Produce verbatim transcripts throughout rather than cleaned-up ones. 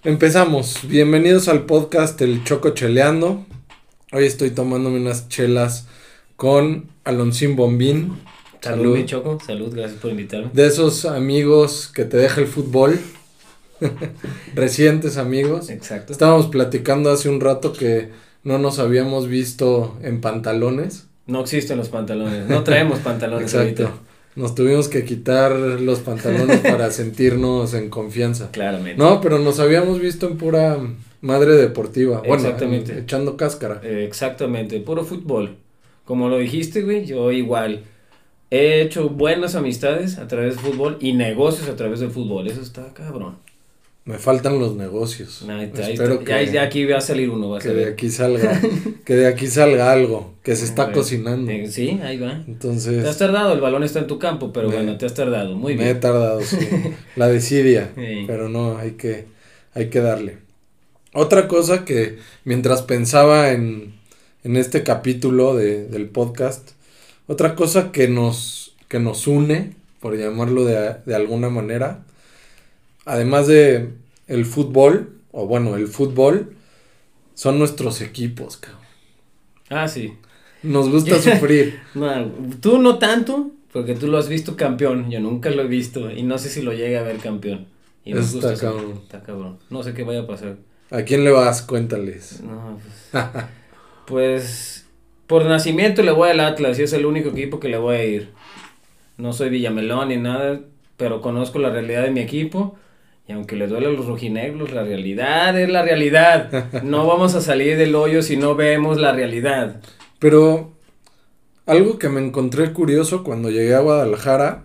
Empezamos. Bienvenidos al podcast El Choco Cheleando. Hoy estoy tomándome unas chelas con Aloncín Bombín. Salud, Salud, mi Choco. Salud, gracias por invitarme. De esos amigos que te deja el fútbol. Recientes amigos. Exacto. Estábamos platicando hace un rato que no nos habíamos visto en pantalones. No existen los pantalones. No traemos pantalones. Exacto. Ahorita. Nos tuvimos que quitar los pantalones para sentirnos en confianza. Claramente. No, pero nos habíamos visto en pura madre deportiva. Bueno, exactamente. En, echando cáscara. Eh, exactamente, puro fútbol. Como lo dijiste, güey, yo igual. He hecho buenas amistades a través del fútbol y negocios a través del fútbol. Eso está cabrón. Me faltan los negocios. Ahí está, ahí Espero está. que Ya, ya aquí va a salir uno, vas que a ver. de aquí salga, que de aquí salga algo, que se está Bueno, cocinando. eh, sí, ahí va. Entonces. Te has tardado, el balón está en tu campo, pero me, bueno, te has tardado, muy me bien. he tardado, sí. La desidia, Sí. Pero no, hay que, hay que darle. Otra cosa que mientras pensaba en, en este capítulo de, del podcast, otra cosa que nos, que nos une, por llamarlo de, de alguna manera, además de el fútbol, o bueno, el fútbol, son nuestros equipos, cabrón. Ah, sí. Nos gusta sufrir. No, tú no tanto, porque tú lo has visto campeón, yo nunca lo he visto, y no sé si lo llegue a ver campeón. Y nos Está gusta cabrón. sufrir, está cabrón. No sé qué vaya a pasar. ¿A quién le vas? Cuéntales. No, pues, pues, por nacimiento le voy al Atlas, y es el único equipo que le voy a ir. No soy Villamelón ni nada, pero conozco la realidad de mi equipo. Y aunque le duele a los rojinegros, la realidad es la realidad. No vamos a salir del hoyo si no vemos la realidad. Pero algo que me encontré curioso cuando llegué a Guadalajara,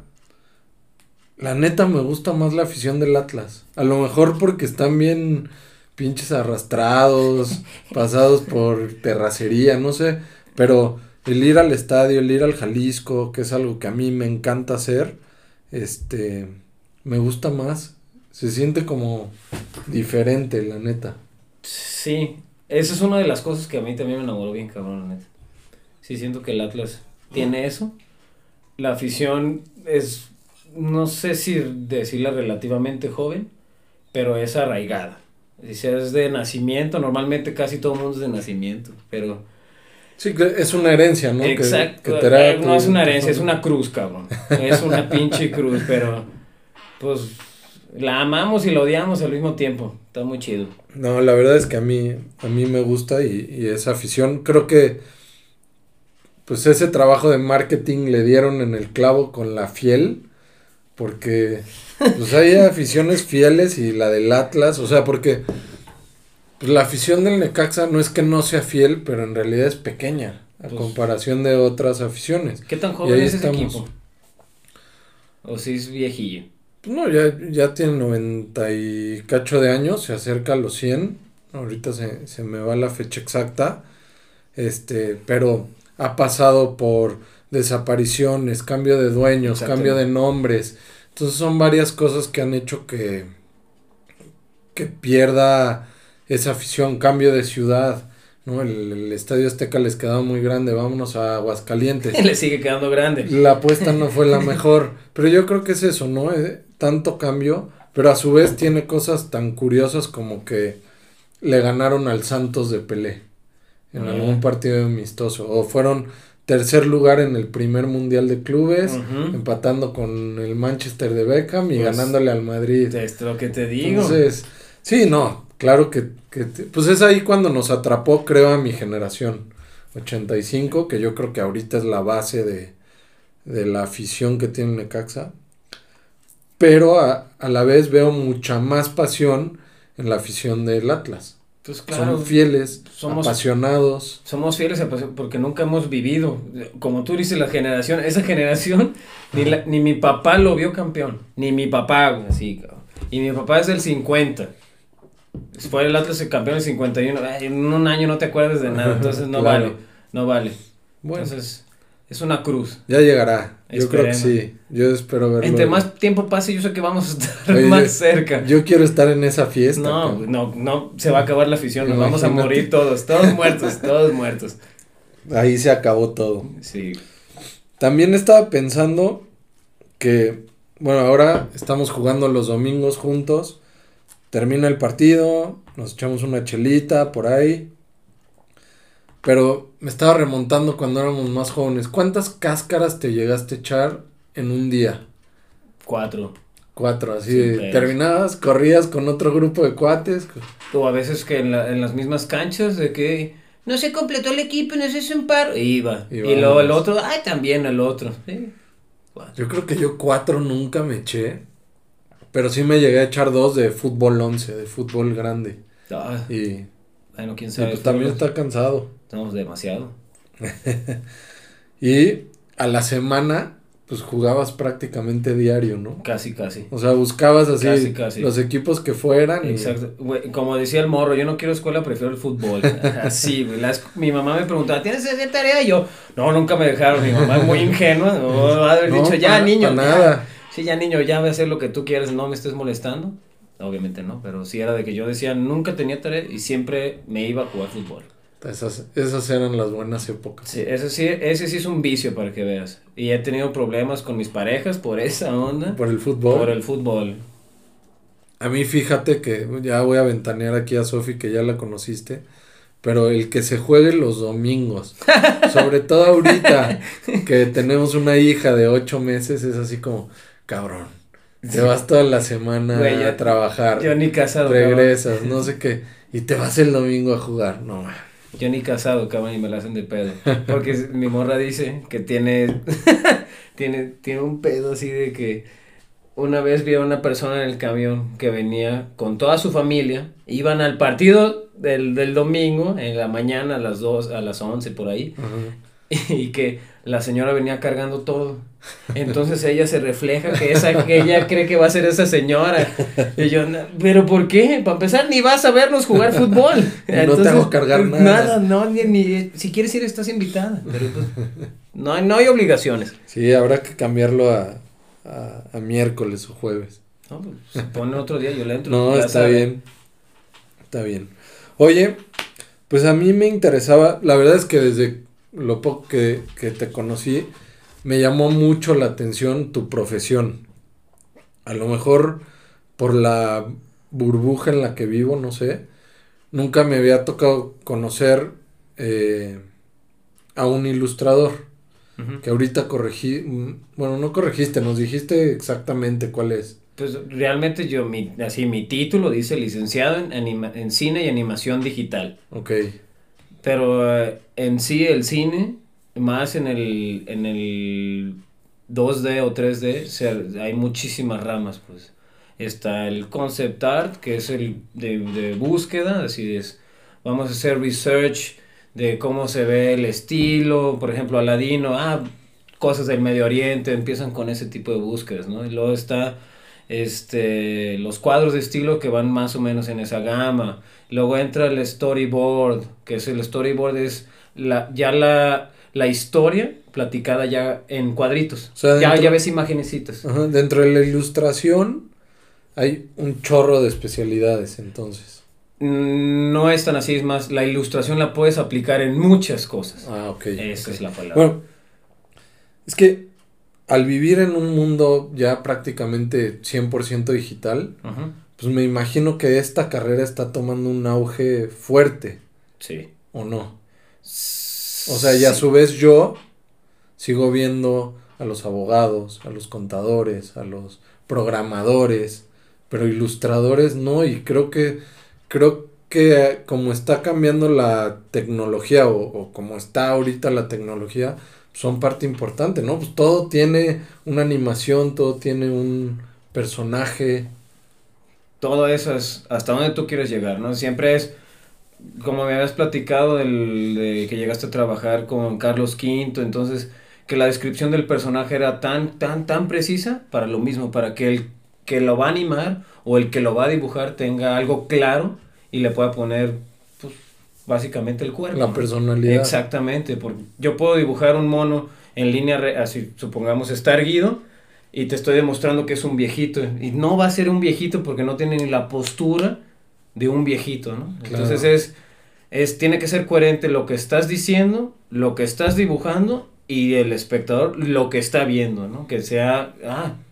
la neta me gusta más la afición del Atlas. A lo mejor porque están bien pinches arrastrados, pasados por terracería, no sé. Pero el ir al estadio, el ir al Jalisco, que es algo que a mí me encanta hacer, este, me gusta más. Se siente como diferente, la neta. Sí, esa es una de las cosas que a mí también me enamoró bien, cabrón, la neta. Sí, siento que el Atlas tiene eso. La afición es, no sé si decirla relativamente joven, pero es arraigada. Si es de nacimiento, normalmente casi todo el mundo es de nacimiento, pero... Sí, que es una herencia, ¿no? Exacto, que, que te da no tu, es una tu herencia, es familia. una cruz, cabrón. Es una pinche cruz, pero pues la amamos y la odiamos al mismo tiempo. Está muy chido. No, la verdad es que a mí, a mí me gusta y, y esa afición, creo que pues ese trabajo de marketing le dieron en el clavo con la fiel, porque pues hay aficiones fieles y la del Atlas, o sea, porque pues, la afición del Necaxa no es que no sea fiel, pero en realidad es pequeña a Pues, comparación de otras aficiones. ¿qué tan Y joven ahí es ese estamos. equipo? O si es viejillo. Pues no, ya, ya tiene noventa y cacho de años, se acerca a los cien, ahorita se, se me va la fecha exacta, este, pero ha pasado por desapariciones, cambio de dueños, cambio de nombres, entonces son varias cosas que han hecho que, que pierda esa afición, cambio de ciudad, ¿no? El, el Estadio Azteca les quedaba muy grande, vámonos a Aguascalientes. Le sigue quedando grande. La apuesta no fue la mejor, pero yo creo que es eso, ¿no? Eh, tanto cambio, pero a su vez tiene cosas tan curiosas como que le ganaron al Santos de Pelé en Ah. algún partido amistoso, o fueron tercer lugar en el primer mundial de clubes, Ujú. empatando con el Manchester de Beckham y Pues, ganándole al Madrid. Es lo que te digo. Entonces, sí, no, claro que, que te- pues es ahí cuando nos atrapó, creo, a mi generación, ochenta y cinco, que yo creo que ahorita es la base de, de la afición que tiene Necaxa, pero a, a la vez veo mucha más pasión en la afición del Atlas. Pues claro, Son fieles, somos- apasionados. somos fieles a pasión porque nunca hemos vivido. Como tú dices, la generación, esa generación, ni, la- ni mi papá lo vio campeón. Ni mi papá, güey, así, cabrón. Y mi papá es del cincuenta. Fue el Atlas el campeón del cincuenta y uno. Ay, en un año no te acuerdas de nada, entonces no Claro. vale, no vale. Bueno, Entonces, es una cruz. ya llegará. Yo creo que Esperemos. sí. Yo espero verlo. Entre más tiempo pase, yo sé que vamos a estar Oye, más yo- cerca. Yo quiero estar en esa fiesta. No, cabrón. no, no, se va a acabar la afición, nos vamos a Imagínate. morir todos, todos muertos, todos muertos. Ahí se acabó todo. Sí. También estaba pensando que, bueno, ahora estamos jugando los domingos juntos, termina el partido, nos echamos una chelita por ahí. Pero me estaba remontando cuando éramos más jóvenes. ¿Cuántas cáscaras te llegaste a echar en un día? Cuatro. Cuatro, así de, terminabas, corrías con otro grupo de cuates. O a veces que en, la, en las mismas canchas de que no se completó el equipo, no se hizo un par, iba. Y, y luego el otro, ay, también el otro. Sí. Yo creo que yo cuatro nunca me eché, pero sí me llegué a echar dos de fútbol once, de fútbol grande. Ah, y bueno, quién sabe. Y pues también está cansado. Estamos demasiado. Y a la semana, pues jugabas prácticamente diario, ¿no? Casi, casi. O sea, buscabas así casi, casi. los equipos que fueran. Exacto. Y... Güey, como decía el morro, yo no quiero escuela, prefiero el fútbol. Así, güey. La, mi mamá me preguntaba, ¿tienes que hacer tarea? Y yo, no, nunca me dejaron. Mi mamá es muy ingenua. No, va a haber no, dicho, ya, pa, niño. Pa nada. Ya, sí, ya, niño, ya voy a hacer lo que tú quieras, no me estés molestando. Obviamente no, pero sí era de que yo decía, nunca tenía tarea y siempre me iba a jugar fútbol. Esas, esas eran las buenas épocas. Sí, ese sí, ese sí es un vicio para que veas. Y he tenido problemas con mis parejas por esa onda. Por el fútbol. Por el fútbol. A mí fíjate que ya voy a ventanear aquí a Sofi, que ya la conociste. Pero el que se juegue los domingos, sobre todo ahorita que tenemos una hija de ocho meses, es así como, cabrón, te vas toda la semana Güey, a trabajar. Yo ni casado. Regresas, cabrón. No sé qué, y te vas el domingo a jugar, no. Yo ni casado, cabrón, y me la hacen de pedo. Porque mi morra dice que tiene, tiene, tiene un pedo así de que una vez vi a una persona en el camión que venía con toda su familia, iban al partido del, del domingo, en la mañana a las dos, a las once por ahí, uh-huh. y que la señora venía cargando todo. Entonces ella se refleja que esa que ella cree que va a ser esa señora. Y yo, ¿pero por qué? Para empezar, ni vas a vernos jugar fútbol. Entonces, no te hago cargar nada. Nada, no, ni, ni si quieres ir estás invitada. Pero pues, no, hay, no hay obligaciones. Sí, habrá que cambiarlo a, a, a miércoles o jueves. No, pues, se pone otro día, yo le entro. No, está sabe. bien. Está bien. Oye, pues a mí me interesaba, la verdad es que desde lo poco que, que te conocí, me llamó mucho la atención tu profesión. A lo mejor por la burbuja en la que vivo, no sé. Nunca me había tocado conocer eh, a un ilustrador. Uh-huh. Que ahorita corregí, bueno, no corregiste, nos dijiste exactamente cuál es. Pues realmente yo, mi, así mi título dice licenciado en, anima, en cine y animación digital. Ok. Pero uh, en sí el cine... Más en el, en el dos D o tres D, o sea, hay muchísimas ramas, pues. Está el concept art, que es el de, de búsqueda, así es. Vamos a hacer research de cómo se ve el estilo, por ejemplo, Aladino, ah, cosas del Medio Oriente, empiezan con ese tipo de búsquedas, ¿no? Y luego está este, los cuadros de estilo que van más o menos en esa gama. Luego entra el storyboard, que es el storyboard, es la, ya la... la historia platicada ya en cuadritos. O sea, dentro, ya, ya ves imagenecitas. Ajá, dentro de la ilustración hay un chorro de especialidades, entonces. No es tan así, es más, la ilustración la puedes aplicar en muchas cosas. Ah, ok. Esa okay. es la palabra. Bueno, es que al vivir en un mundo ya prácticamente cien por ciento digital, uh-huh. pues me imagino que esta carrera está tomando un auge fuerte. Sí. ¿O no? O sea, y a su vez yo sigo viendo a los abogados, a los contadores, a los programadores, pero ilustradores no, y creo que, creo que como está cambiando la tecnología o, o como está ahorita la tecnología, son parte importante, ¿no? Pues todo tiene una animación, todo tiene un personaje. Todo eso es hasta donde tú quieres llegar, ¿no? Siempre es... Como me habías platicado del, de que llegaste a trabajar con Carlos Quinto, entonces que la descripción del personaje era tan, tan, tan precisa para lo mismo, para que el que lo va a animar o el que lo va a dibujar tenga algo claro y le pueda poner, pues, básicamente el cuerpo. La personalidad. Exactamente, porque yo puedo dibujar un mono en línea, re- así supongamos está erguido, y te estoy demostrando que es un viejito, y no va a ser un viejito porque no tiene ni la postura de un viejito, ¿no? Claro. Entonces es, es, tiene que ser coherente lo que estás diciendo, lo que estás dibujando y el espectador lo que está viendo, ¿no? Que sea, ah,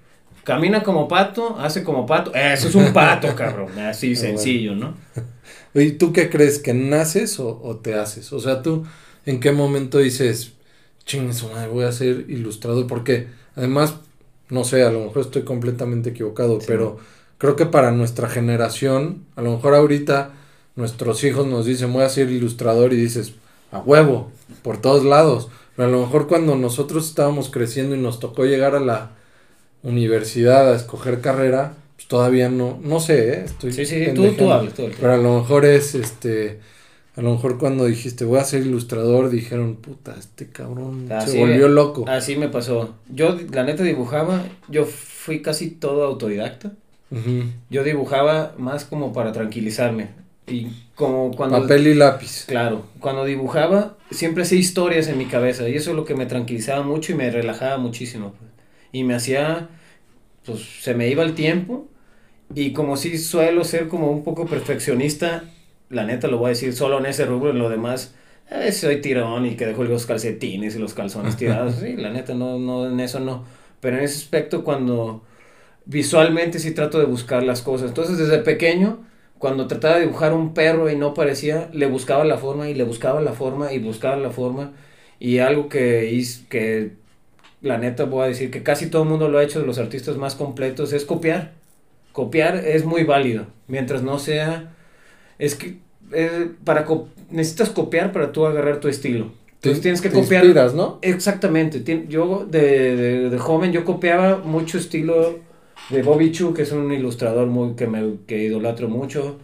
camina como pato, hace como pato, eso es un pato, cabrón, así sencillo, ¿no? ¿Y tú qué crees? ¿Que naces o, o te haces? O sea, tú, ¿en qué momento dices, chingue su madre, voy a ser ilustrador? Porque además, no sé, a lo mejor estoy completamente equivocado, sí. Pero creo que para nuestra generación, a lo mejor ahorita nuestros hijos nos dicen, voy a ser ilustrador, y dices, a huevo, por todos lados. Pero a lo mejor cuando nosotros estábamos creciendo y nos tocó llegar a la universidad a escoger carrera, pues todavía no, no sé, ¿eh? Estoy sí, sí, tú, tú hablas, tú hablas. Pero a lo mejor es, este, a lo mejor cuando dijiste, voy a ser ilustrador, dijeron, puta, este cabrón así se volvió me, loco. Así me pasó. Yo, la neta, dibujaba, yo fui casi todo autodidacta. Uh-huh. Yo dibujaba más como para tranquilizarme. Y como cuando... Papel y lápiz. Claro, cuando dibujaba, siempre hacía historias en mi cabeza, y eso es lo que me tranquilizaba mucho y me relajaba muchísimo, pues. Y me hacía, pues, se me iba el tiempo, y como sí suelo ser como un poco perfeccionista, la neta lo voy a decir, solo en ese rubro, en lo demás, eh, soy tirón y que dejo los calcetines y los calzones tirados, sí, la neta, no, no, en eso no, pero en ese aspecto cuando visualmente sí trato de buscar las cosas, entonces desde pequeño, cuando trataba de dibujar un perro y no parecía, le buscaba la forma y le buscaba la forma y buscaba la forma, y algo que hice, que la neta voy a decir que casi todo el mundo lo ha hecho de los artistas más completos, es copiar. Copiar es muy válido, mientras no sea, es que eh, para co- necesitas copiar para tú agarrar tu estilo. Entonces tienes que te copiar. Inspiras, ¿no? Exactamente. Yo de, de, de joven yo copiaba mucho estilo de Bobby Chu, que es un ilustrador muy que me que idolatro mucho.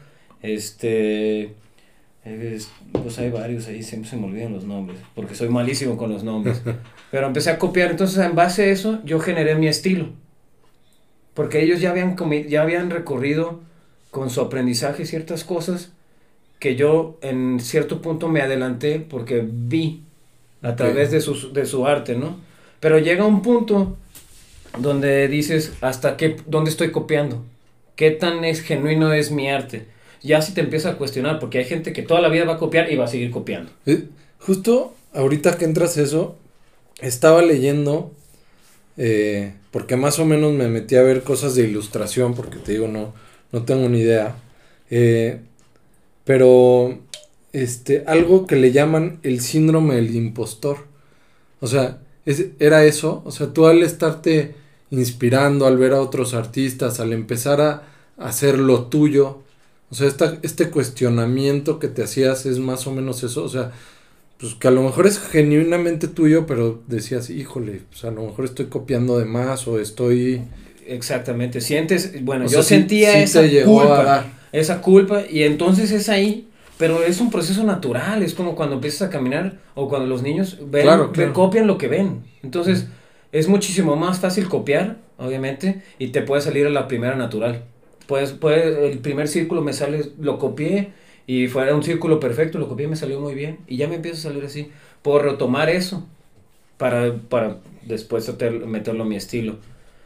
Este es, pues hay varios ahí, siempre se me olvidan los nombres, porque soy malísimo con los nombres. Pero empecé a copiar, entonces en base a eso yo generé mi estilo. Porque ellos ya habían, comi- ya habían recorrido con su aprendizaje ciertas cosas que yo en cierto punto me adelanté porque vi a través de su, de su arte, ¿no? Pero llega un punto donde dices, ¿hasta qué, dónde estoy copiando? ¿Qué tan es genuino es mi arte? Ya si te empiezas a cuestionar, porque hay gente que toda la vida va a copiar y va a seguir copiando. Eh, justo ahorita que entras eso, estaba leyendo... Eh, porque más o menos me metí a ver cosas de ilustración, porque te digo, no, no tengo ni idea, eh, pero este, algo que le llaman el síndrome del impostor, o sea, es, era eso, o sea, tú al estarte inspirando, al ver a otros artistas, al empezar a, a hacer lo tuyo, o sea, esta, este cuestionamiento que te hacías es más o menos eso, o sea, pues que a lo mejor es genuinamente tuyo, pero decías, híjole, pues a lo mejor estoy copiando de más o estoy... Exactamente, sientes, bueno, o yo sea, sentía sí, sí esa culpa, a dar. esa culpa, y entonces es ahí, pero es un proceso natural, es como cuando empiezas a caminar, o cuando los niños ven, claro, claro. ven copian lo que ven, entonces es muchísimo más fácil copiar, obviamente, y te puede salir a la primera natural, pues, puede, el primer círculo me sale, lo copié, y fuera un círculo perfecto, lo copié y me salió muy bien, y ya me empieza a salir así. Puedo retomar eso para, para después meterlo, meterlo a mi estilo.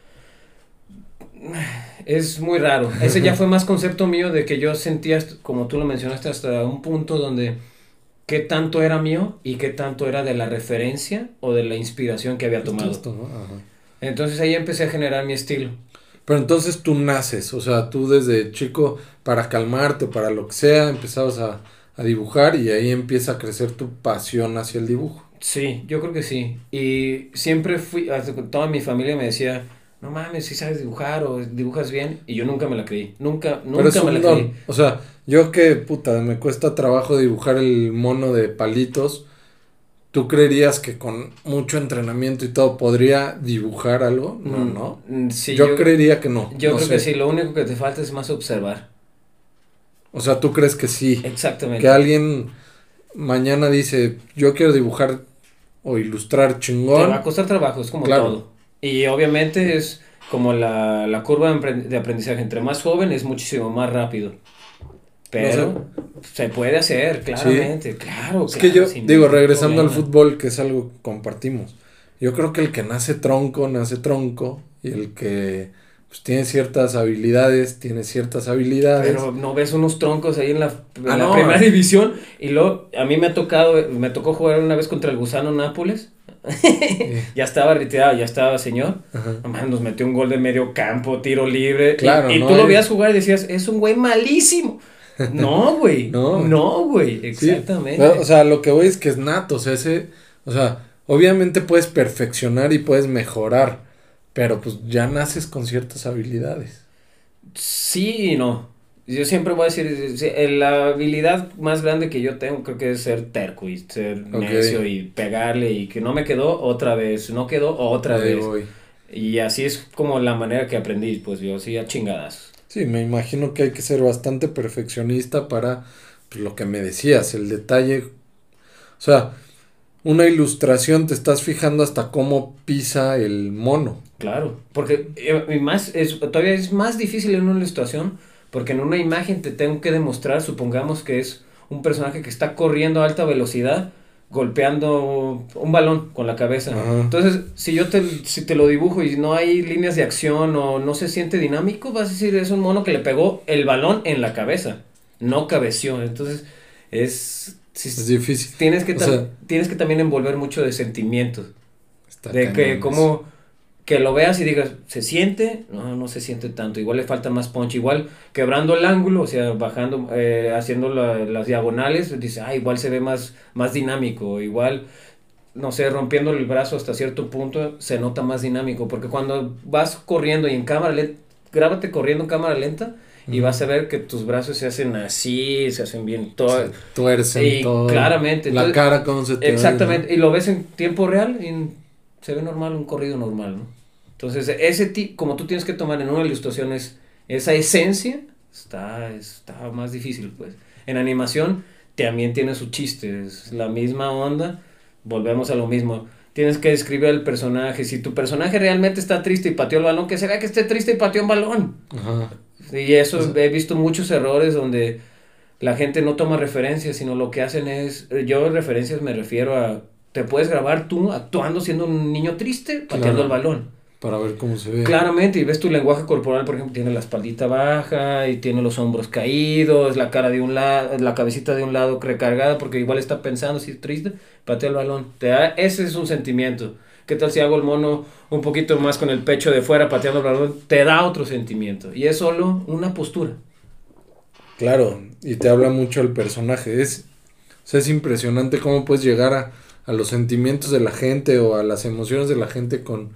Es muy raro. Ese ya fue más concepto mío de que yo sentía, como tú lo mencionaste, hasta un punto donde qué tanto era mío y qué tanto era de la referencia o de la inspiración que había tomado. Esto, ¿no? Ajá. Entonces ahí empecé a generar mi estilo. Pero entonces tú naces, o sea, tú desde chico, para calmarte, para lo que sea, empezabas a, a dibujar y ahí empieza a crecer tu pasión hacia el dibujo. Sí, yo creo que sí. Y siempre fui, toda mi familia me decía, no mames, si sabes dibujar o dibujas bien, y yo nunca me la creí, nunca, nunca Pero es me la don. creí. O sea, yo que, puta, me cuesta trabajo dibujar el mono de palitos, ¿tú creerías que con mucho entrenamiento y todo podría dibujar algo? No, no. Mm, sí, yo, yo creería que no. Yo no creo sé. que sí, lo único que te falta es más observar. O sea, ¿tú crees que sí? Exactamente. Que alguien mañana dice, yo quiero dibujar o ilustrar chingón. Te va a costar trabajo, es como claro. todo. Y obviamente es como la, la curva de aprendizaje. Entre más joven es muchísimo más rápido. Pero no sé. Se puede hacer, claramente. ¿Sí? Claro, es claro, que yo, digo, regresando problema. al fútbol, que es algo que compartimos. Yo creo que el que nace tronco, nace tronco. Y el que pues tiene ciertas habilidades, tiene ciertas habilidades. Pero no ves unos troncos ahí en la, en ah, la no. primera división. Y luego, a mí me ha tocado, me tocó jugar una vez contra el Gusano Nápoles. ya estaba retirado, ya estaba señor. Ajá. Nomás nos metió un gol de medio campo, tiro libre. Claro, y, y no tú lo es- veías jugar y decías, es un güey malísimo. No, güey. No. No, güey. Sí, Exactamente. pero, o sea, lo que voy es que es nato, o sea, ese, o sea, obviamente puedes perfeccionar y puedes mejorar, pero pues ya naces con ciertas habilidades. Sí y no. Yo siempre voy a decir, sí, eh, la habilidad más grande que yo tengo creo que es ser terco y ser Ok. necio y pegarle y que no me quedó otra vez, no quedó otra Ahí vez. voy. Y así es como la manera que aprendí, pues yo así a chingadas. Sí, me imagino que hay que ser bastante perfeccionista para pues, lo que me decías, el detalle. O sea, una ilustración te estás fijando hasta cómo pisa el mono. Claro, porque eh, y más es, todavía es más difícil en una ilustración, porque en una imagen te tengo que demostrar, supongamos que es un personaje que está corriendo a alta velocidad, golpeando un balón con la cabeza. Ajá. Entonces, si yo te, si te lo dibujo y no hay líneas de acción o no se siente dinámico, vas a decir es un mono que le pegó el balón en la cabeza, no cabeció. Entonces, es, si- Es difícil. tienes que, O tam- sea, tienes que también envolver mucho de sentimientos. está De que cañón como que lo veas y digas, ¿se siente? No, no se siente tanto. Igual le falta más punch. Igual quebrando el ángulo, o sea, bajando, eh, haciendo la- las diagonales, dice, ah, igual se ve más, más dinámico. Igual, no sé, rompiendo el brazo hasta cierto punto, se nota más dinámico. Porque cuando vas corriendo y en cámara lenta, grábate corriendo en cámara lenta y Ujú. vas a ver que tus brazos se hacen así, se hacen bien eso. todo. Se tuercen Y todo. claramente, La entonces- cara cómo se te ve, Exactamente, y lo ves en tiempo real y se ve normal, un corrido normal, ¿no? Entonces, ese tipo, como tú tienes que tomar en una ilustración es, esa esencia, está, está más difícil, pues. En animación también tiene su chiste, es la misma onda, volvemos a lo mismo. Tienes que describir al personaje, si tu personaje realmente está triste y pateó el balón, que se vea que esté triste y pateó un balón. ¿no? Ajá. Y eso, O sea- he visto muchos errores donde la gente no toma referencias, sino lo que hacen es, yo referencias me refiero a, te puedes grabar tú actuando siendo un niño triste, pateando Claro. el balón. Para ver cómo se ve. Claramente, y ves tu lenguaje corporal, por ejemplo, tiene la espaldita baja y tiene los hombros caídos, la cara de un lado, la cabecita de un lado recargada, porque igual está pensando si es triste, patea el balón. Te da, ese es un sentimiento. ¿Qué tal si hago el mono un poquito más con el pecho de fuera pateando el balón? Te da otro sentimiento. Y es solo una postura. Claro, y te habla mucho el personaje. Es, o sea, es impresionante cómo puedes llegar a, a los sentimientos de la gente o a las emociones de la gente con,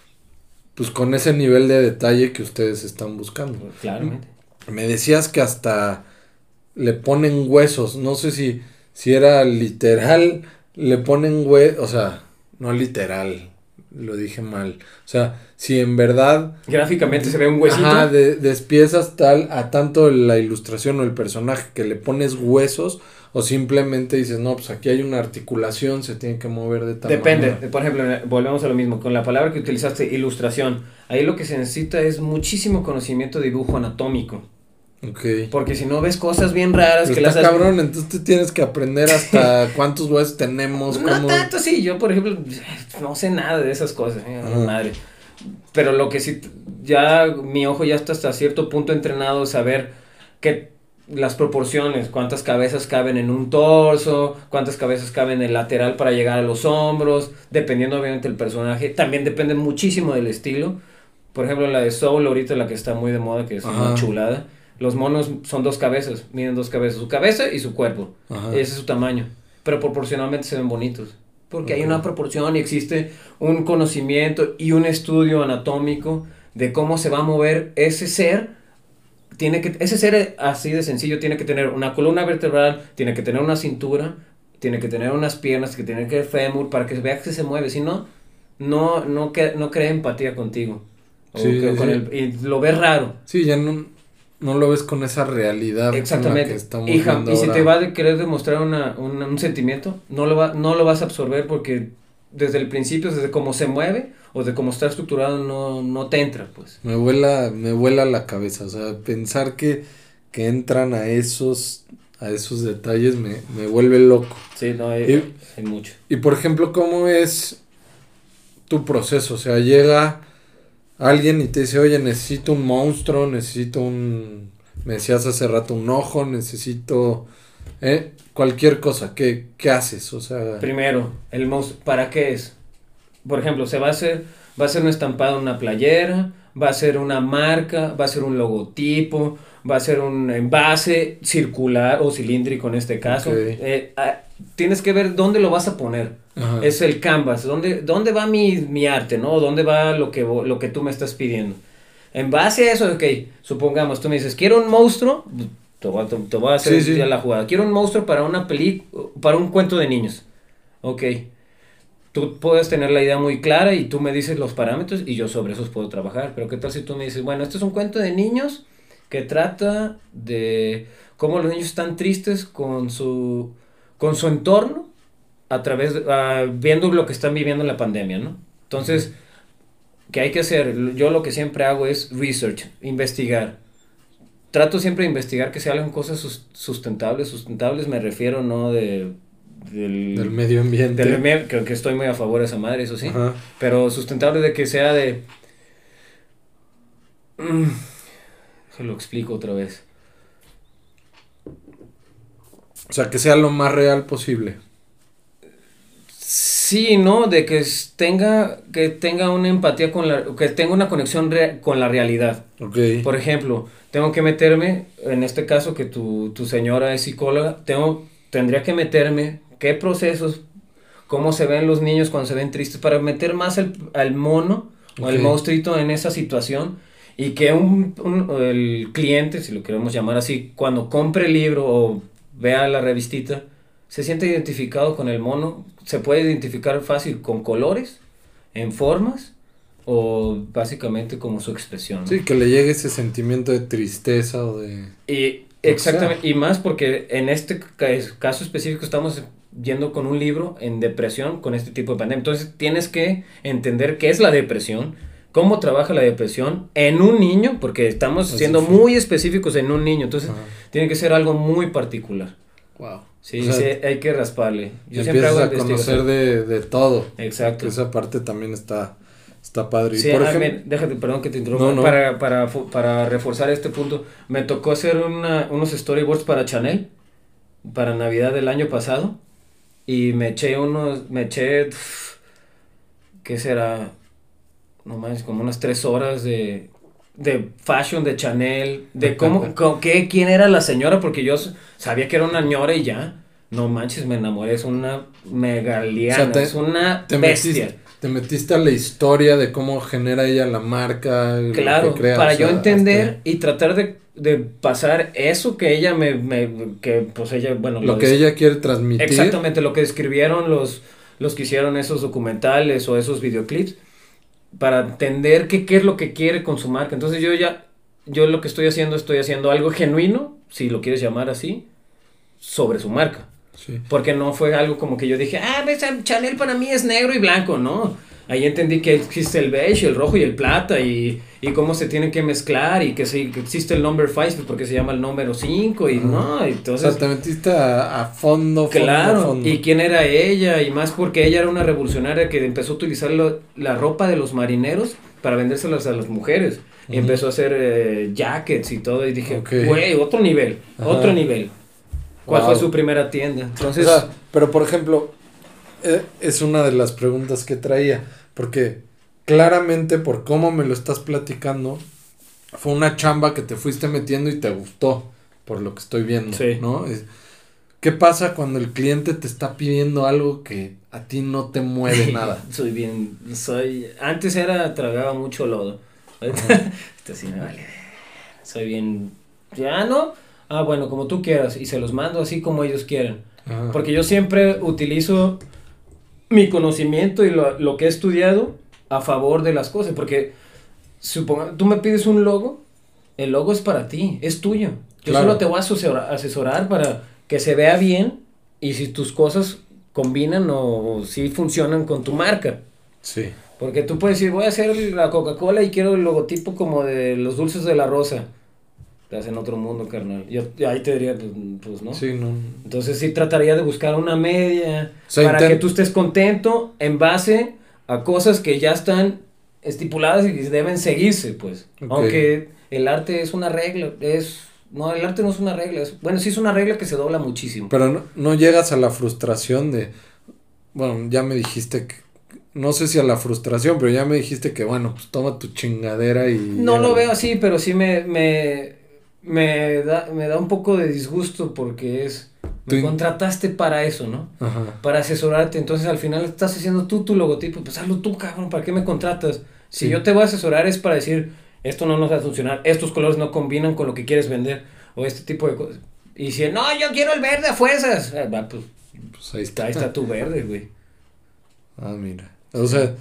pues, con ese nivel de detalle que ustedes están buscando. Claramente. Me decías que hasta le ponen huesos. No sé si, si era literal, le ponen huesos, o sea, no literal, lo dije mal. O sea, si en verdad Gráficamente se ve un huesito. ajá, de, despiezas tal a tanto la ilustración o el personaje que le pones huesos o simplemente dices, no, pues aquí hay una articulación, se tiene que mover de tal Depende, manera. por ejemplo, volvemos a lo mismo, con la palabra que utilizaste, ilustración, ahí lo que se necesita es muchísimo conocimiento de dibujo anatómico, Ok. porque si no ves cosas bien raras Pero que está las has- cabrón, entonces tú tienes que aprender hasta cuántos huesos tenemos, No cómo... tanto, sí, yo por ejemplo, no sé nada de esas cosas, eh, Ajá. madre, pero lo que sí, ya mi ojo ya está hasta cierto punto entrenado, saber que las proporciones, cuántas cabezas caben en un torso, cuántas cabezas caben en el lateral para llegar a los hombros, dependiendo obviamente del personaje, también depende muchísimo del estilo. Por ejemplo, la de Soul, ahorita la que está muy de moda, que es una Ajá. chulada, los monos son dos cabezas, miden dos cabezas, su cabeza y su cuerpo, Ajá. ese es su tamaño, pero proporcionalmente se ven bonitos. Porque hay Ok. una proporción y existe un conocimiento y un estudio anatómico de cómo se va a mover ese ser. Tiene que, ese ser así de sencillo tiene que tener una columna vertebral, tiene que tener una cintura, tiene que tener unas piernas, que tiene que tener fémur para que vea que se mueve. Si no, no, no, que, no crea empatía contigo. O Sí, que sí, con sí. el, y lo ves raro. Sí, ya no, no lo ves con esa realidad con la Exactamente. que estamos Y, ja- viendo y si ahora. te va a querer demostrar una, una- un sentimiento, no lo, va, no lo vas a absorber porque desde el principio, desde cómo se mueve o de cómo está estructurado, no, no te entra, pues. Me vuela, me vuela la cabeza, o sea, pensar que, que entran a esos, a esos detalles me, me vuelve loco. Sí, no, hay, Y- hay mucho. Y por ejemplo, ¿cómo es tu proceso? O sea, llega alguien y te dice, oye, necesito un monstruo, necesito un, me decías hace rato, un ojo, necesito, eh, cualquier cosa, ¿qué, qué haces? O sea, Primero, el monstruo, ¿para qué es? por ejemplo, se va a hacer, va a ser un estampado en una playera, va a ser una marca, va a ser un logotipo, va a ser un envase circular o cilíndrico en este caso. Okay. Eh, ah, tienes que ver dónde lo vas a poner. Ajá. Es el canvas, dónde, dónde va mi, mi arte, ¿no? ¿Dónde va lo que, lo que tú me estás pidiendo? En base a eso, ok, supongamos, tú me dices, quiero un monstruo, te voy a, te voy a hacer Sí, sí. ya la jugada. Quiero un monstruo para una peli, para un cuento de niños. Ok. Tú puedes tener la idea muy clara y tú me dices los parámetros y yo sobre esos puedo trabajar. Pero ¿qué tal si tú me dices, bueno, este es un cuento de niños que trata de cómo los niños están tristes con su, con su entorno a través de, uh, viendo lo que están viviendo en la pandemia, ¿no? Entonces, ¿qué hay que hacer? Yo lo que siempre hago es research, investigar. Trato siempre de investigar que se hagan cosas sus, sustentables. Sustentables me refiero, no de... Del, del medio ambiente. Del medio, que, que estoy muy a favor de esa madre, eso sí. Ajá. Pero sustentable de que sea de... Mm, se lo explico otra vez. O sea, que sea lo más real posible. Sí, ¿no? De que tenga, que tenga una empatía con la... Que tenga una conexión re, con la realidad. Okay. Por ejemplo, tengo que meterme, en este caso que tu, tu señora es psicóloga, tengo, tendría que meterme... ¿Qué procesos? ¿Cómo se ven los niños cuando se ven tristes? Para meter más el, al mono okay. o el monstruito en esa situación y que un, un, el cliente, si lo queremos llamar así, cuando compre el libro o vea la revistita, se siente identificado con el mono. Se puede identificar fácil con colores, en formas o básicamente como su expresión, ¿no? Sí, que le llegue ese sentimiento de tristeza o de... Y, exactamente, y más porque en este caso específico estamos... yendo con un libro en depresión con este tipo de pandemia. Entonces tienes que entender qué es la depresión, cómo trabaja la depresión en un niño, porque estamos Así siendo fue. muy específicos en un niño. Entonces Ajá. tiene que ser algo muy particular. Wow. Sí, o sea, sí hay que rasparle. Yo siempre hago a conocer de, de todo. Exacto. Esa parte también está, está padre. Sí, y por ah, ejemplo, me, déjate, perdón que te interrumpa. No, no. Para, para, para reforzar este punto, me tocó hacer una, unos storyboards para Chanel, para Navidad del año pasado. Y me eché unos, me eché, ¿qué será? No más, como unas tres horas de, de fashion de Chanel, de cómo, cómo qué, quién era la señora, porque yo sabía que era una ñora y ya. No manches, me enamoré, es una megaliana, o sea, te, es una te bestia. Metiste, te metiste a la historia de cómo genera ella la marca. Claro, lo que crea, para o sea, yo entender hasta... y tratar de, de pasar eso que ella me, me que pues ella, bueno. Lo, lo que des... ella quiere transmitir. Exactamente, lo que describieron los, los que hicieron esos documentales o esos videoclips, para entender qué, qué es lo que quiere con su marca. Entonces yo ya, yo lo que estoy haciendo, estoy haciendo algo genuino, si lo quieres llamar así, sobre su marca. Sí. Porque no fue algo como que yo dije, ah, ves, Chanel para mí es negro y blanco, no. Ahí entendí que existe el beige, el rojo y el plata y, y cómo se tienen que mezclar y que, se, que existe el number five porque se llama el número cinco y uh-huh. no, entonces... O sea, te metiste a, a fondo, fondo, Claro, fondo. Y quién era ella y más porque ella era una revolucionaria que empezó a utilizar lo, la ropa de los marineros para vendérselas a las mujeres. Uh-huh. Y empezó a hacer eh, jackets y todo y dije, güey, okay. otro nivel, Ajá. otro nivel. ¿Cuál wow. fue su primera tienda? Entonces, o sea, pero por ejemplo, eh, es una de las preguntas que traía, porque claramente por cómo me lo estás platicando, fue una chamba que te fuiste metiendo y te gustó, por lo que estoy viendo, sí. ¿no? Es, ¿qué pasa cuando el cliente te está pidiendo algo que a ti no te mueve nada? Soy bien, soy, antes era, tragaba mucho lodo, esto sí me vale, soy bien, ya no... Ah, bueno, como tú quieras, y se los mando así como ellos quieren. Ajá. Porque yo siempre utilizo mi conocimiento y lo, lo que he estudiado a favor de las cosas. Porque, suponga, tú me pides un logo, el logo es para ti, es tuyo. Yo claro. solo te voy a asesorar, asesorar para que se vea bien y si tus cosas combinan o, o si funcionan con tu marca. Sí. Porque tú puedes decir, voy a hacer la Coca-Cola y quiero el logotipo como de los dulces de la rosa. Estás en otro mundo, carnal. Yo ahí te diría, pues, ¿no? Sí, no. Entonces sí trataría de buscar una media o sea, para intent- que tú estés contento en base a cosas que ya están estipuladas y que deben seguirse, pues. Okay. Aunque el arte es una regla, es... No, el arte no es una regla. Es, bueno, sí es una regla que se dobla muchísimo. Pero no, no llegas a la frustración de... Bueno, ya me dijiste que no sé si a la frustración, pero ya me dijiste que bueno, pues toma tu chingadera y... No lo llégale. veo así, pero sí me, me, me da, me da un poco de disgusto porque es, Tú me in- contrataste para eso, ¿no? Ajá, Para asesorarte, entonces al final estás haciendo tú tu logotipo, pues hazlo tú, cabrón, ¿para qué me contratas? Si sí, yo te voy a asesorar es para decir, esto no nos va a funcionar, estos colores no combinan con lo que quieres vender, o este tipo de cosas. Y si, no, yo quiero el verde a fuerzas, ah, va, pues pues ahí está. ahí está tu verde, güey. Ah, mira. O sea,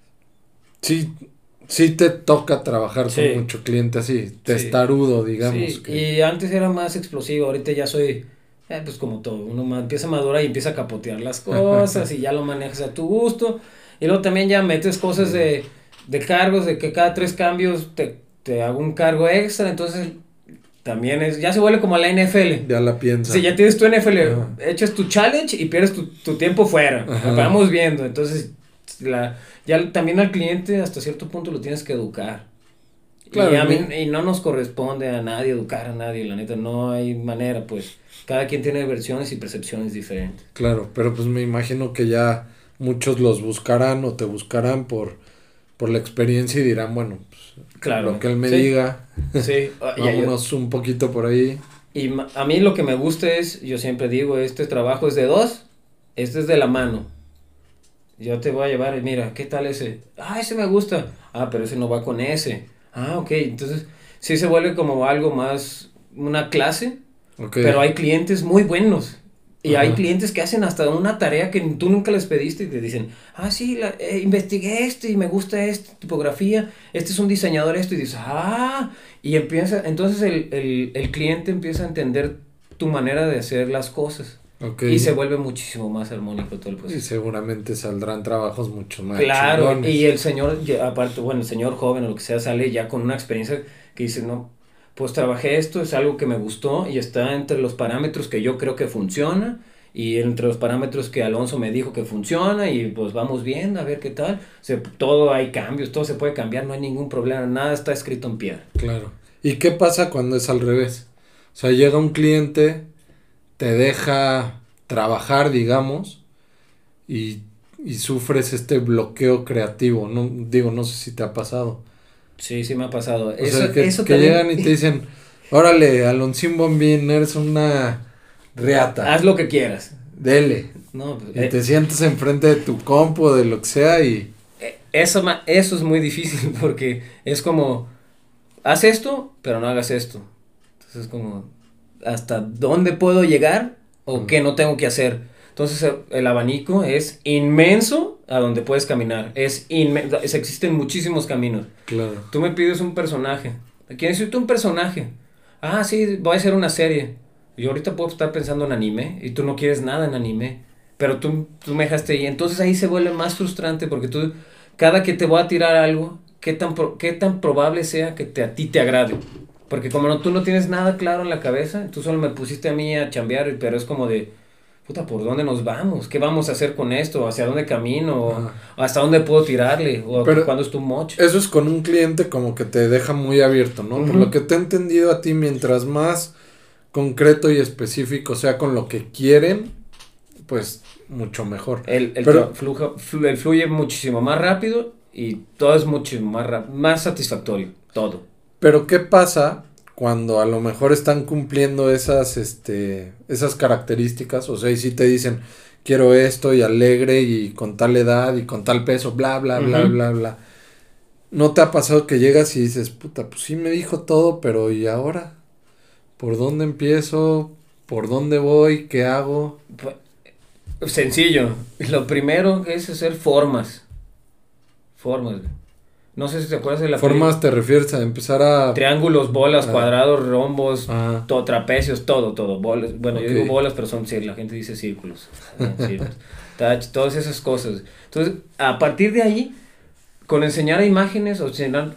sí, sí te toca trabajar con Sí, mucho cliente así, sí. testarudo, digamos Sí, que... y antes era más explosivo, ahorita ya soy, eh, pues como todo, uno ma- empieza a madurar y empieza a capotear las cosas y ya lo manejas a tu gusto. Y luego también ya metes cosas Sí, de, de cargos, de que cada tres cambios te, te hago un cargo extra, entonces también es, ya se vuelve como la N F L. ya la Si piensa. ya tienes tu N F L, Ajá, echas tu challenge y pierdes tu, tu tiempo fuera. ajá, Vamos viendo, entonces la, ya también al cliente hasta cierto punto lo tienes que educar. Y claro, y a mí me- y no nos corresponde a nadie educar a nadie, la neta, no hay manera, pues cada quien tiene versiones y percepciones diferentes. claro, pero pues me imagino que ya muchos los buscarán o te buscarán por, por la experiencia y dirán, bueno, pues lo Claro, que él me sí, diga, sí. Ah, ya yo- vámonos un poquito por ahí. y ma- a mí lo que me gusta es, yo siempre digo, este trabajo es de dos, este es de la mano. Yo te voy a llevar, mira, ¿qué tal ese? Ah, ese me gusta. Ah, pero ese no va con ese. Ah, ok, entonces sí se vuelve como algo más, una clase. Ok, Pero hay clientes muy buenos. Y hay ajá, clientes que hacen hasta una tarea que tú nunca les pediste y te dicen, ah, sí, la, eh, investigué este y me gusta esta tipografía, este es un diseñador esto y dices, ah, y empieza, entonces el, el, el cliente empieza a entender tu manera de hacer las cosas ok. y se vuelve muchísimo más armónico todo el Y proceso. seguramente saldrán trabajos mucho más Claro, y chingones. el señor, ya, aparte, bueno, el señor joven o lo que sea, sale ya con una experiencia que dice, no, pues trabajé esto, es algo que me gustó y está entre los parámetros que yo creo que funciona y entre los parámetros que Alonso me dijo que funciona y pues vamos viendo a ver qué tal. Se, todo hay cambios, todo se puede cambiar, no hay ningún problema, nada está escrito en piedra. Claro. ¿Y qué pasa cuando es al revés? O sea, llega un cliente, te deja trabajar, digamos, y, y sufres este bloqueo creativo. No, digo, no sé si te ha pasado. Sí, sí me ha pasado. O Eso, sea, que, eso que también, llegan y te dicen, órale, Alonsín Bombín, eres una haz reata, lo que quieras. dele. No, pues, Y eh, te sientas enfrente de tu compo, de lo que sea, y eh, eso, ma- eso es muy difícil porque es como, haz esto, pero no hagas esto. Entonces es como, ¿hasta dónde puedo llegar o qué no tengo que hacer? Entonces el, el abanico es inmenso a donde puedes caminar. Es inmenso, existen muchísimos caminos. claro. Tú me pides un personaje. ¿Quieres decirte un personaje? Ah, sí, voy a hacer una serie. Yo ahorita puedo estar pensando en anime y tú no quieres nada en anime. Pero tú, tú me dejaste ahí. Entonces ahí se vuelve más frustrante porque tú, cada que te voy a tirar algo, ¿qué tan, pro- qué tan probable sea que te, a ti te agrade? Porque como no, tú no tienes nada claro en la cabeza, tú solo me pusiste a mí a chambear, pero es como de, puta, ¿por dónde nos vamos? ¿Qué vamos a hacer con esto? ¿Hacia dónde camino? ¿O Ajá. hasta dónde puedo tirarle? ¿O Pero cuándo es tu moch? eso es con un cliente como que te deja muy abierto, ¿no? Por lo Ujú. que te he entendido a ti, mientras más concreto y específico sea con lo que quieren, pues mucho mejor. El, el, Pero, tra- fluja- flu- el fluye muchísimo más rápido y todo es muchísimo más, ra- más satisfactorio. Todo. pero ¿qué pasa cuando a lo mejor están cumpliendo esas, este, esas características? O sea, y si te dicen, quiero esto y alegre y con tal edad y con tal peso, bla, bla, bla, Ujú. bla, bla. ¿No te ha pasado que llegas y dices, puta, pues sí me dijo todo, pero ¿y ahora? ¿Por dónde empiezo? ¿Por dónde voy? ¿Qué hago? Pues, sencillo. Lo primero que es hacer formas. Formas. güey. No sé si te acuerdas de la película. ¿Formas te refieres a empezar a... Triángulos, bolas, Ah. cuadrados, rombos, Ah, todo, trapecios, todo, todo. Bolas. Bueno, yo ok. digo bolas, pero son sí, la gente dice círculos. eh, círculos. Touch, todas esas cosas. Entonces, a partir de ahí, con enseñar imágenes o enseñar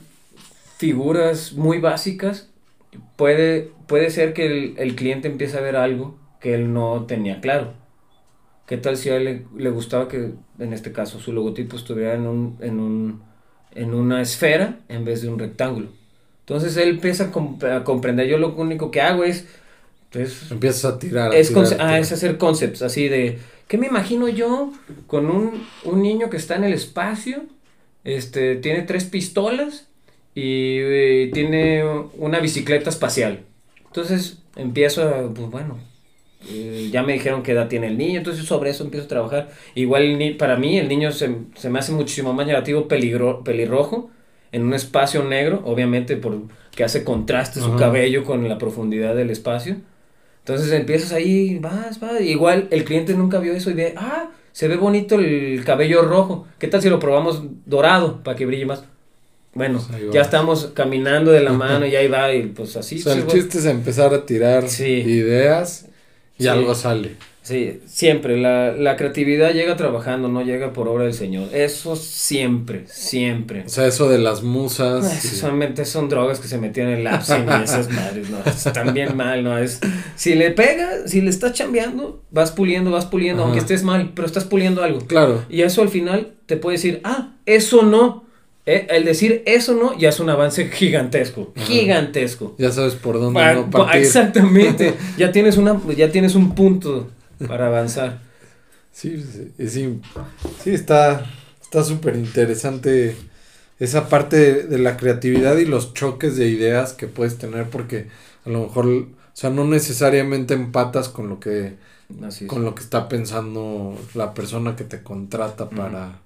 figuras muy básicas, puede, puede ser que el, el cliente empiece a ver algo que él no tenía claro. ¿Qué tal si a él le, le gustaba que, en este caso, su logotipo estuviera en un, en un, en una esfera en vez de un rectángulo? Entonces él empieza a, comp- a comprender. Yo lo único que hago es Entonces, empiezas a tirar. A es, tirar, conce- a ah, tirar. es hacer concepts, así de, ¿qué me imagino yo con un, un niño que está en el espacio, este, tiene tres pistolas y eh, tiene una bicicleta espacial? Entonces empiezo a, pues bueno, eh, ya me dijeron qué edad tiene el niño, entonces sobre eso empiezo a trabajar. Igual el ni- para mí el niño se, se me hace muchísimo más llamativo peligro, pelirrojo en un espacio negro, obviamente porque hace contraste su Ajá. cabello con la profundidad del espacio. Entonces empiezas ahí, vas, vas. Igual el cliente nunca vio eso y ve, ah, se ve bonito el cabello rojo. ¿Qué tal si lo probamos dorado para que brille más? Bueno, Pues ahí ya vas. estamos caminando de la mano y ahí va y pues así. O sea, pues, el bueno. chiste es empezar a tirar Sí. ideas y Sí. algo sale. Sí, siempre. La, la creatividad llega trabajando, no llega por obra del Señor. Eso siempre, siempre. O sea, eso de las Ah, musas. eso y- solamente son drogas que se metían en el Absin y esas madres, no, están bien mal, no es, si le pega, si le estás chambeando, vas puliendo, vas puliendo, Ajá. aunque estés mal, pero estás puliendo algo, Claro. y eso al final te puede decir, ah, eso no, eh, el decir eso no ya es un avance gigantesco, Ajá. gigantesco, Ya sabes por dónde Pa- no pa- partir. exactamente, ya tienes una, ya tienes un punto para avanzar. Sí, sí, sí, sí, está está súper interesante esa parte de, de la creatividad y los choques de ideas que puedes tener porque a lo mejor, o sea, no necesariamente empatas con lo que Así es. con lo que está pensando la persona que te contrata para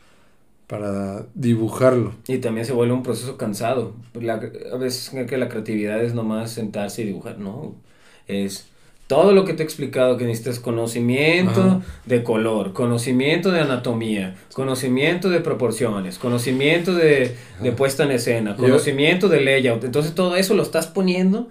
para dibujarlo. Y también se vuelve un proceso cansado. La- a veces creo que la creatividad es nomás sentarse y dibujar. No, es todo lo que te he explicado, que necesitas conocimiento Ajá. de color, conocimiento de anatomía, conocimiento de proporciones, conocimiento de, de Ajá. puesta en escena, Yo- conocimiento de layout. Entonces todo eso lo estás poniendo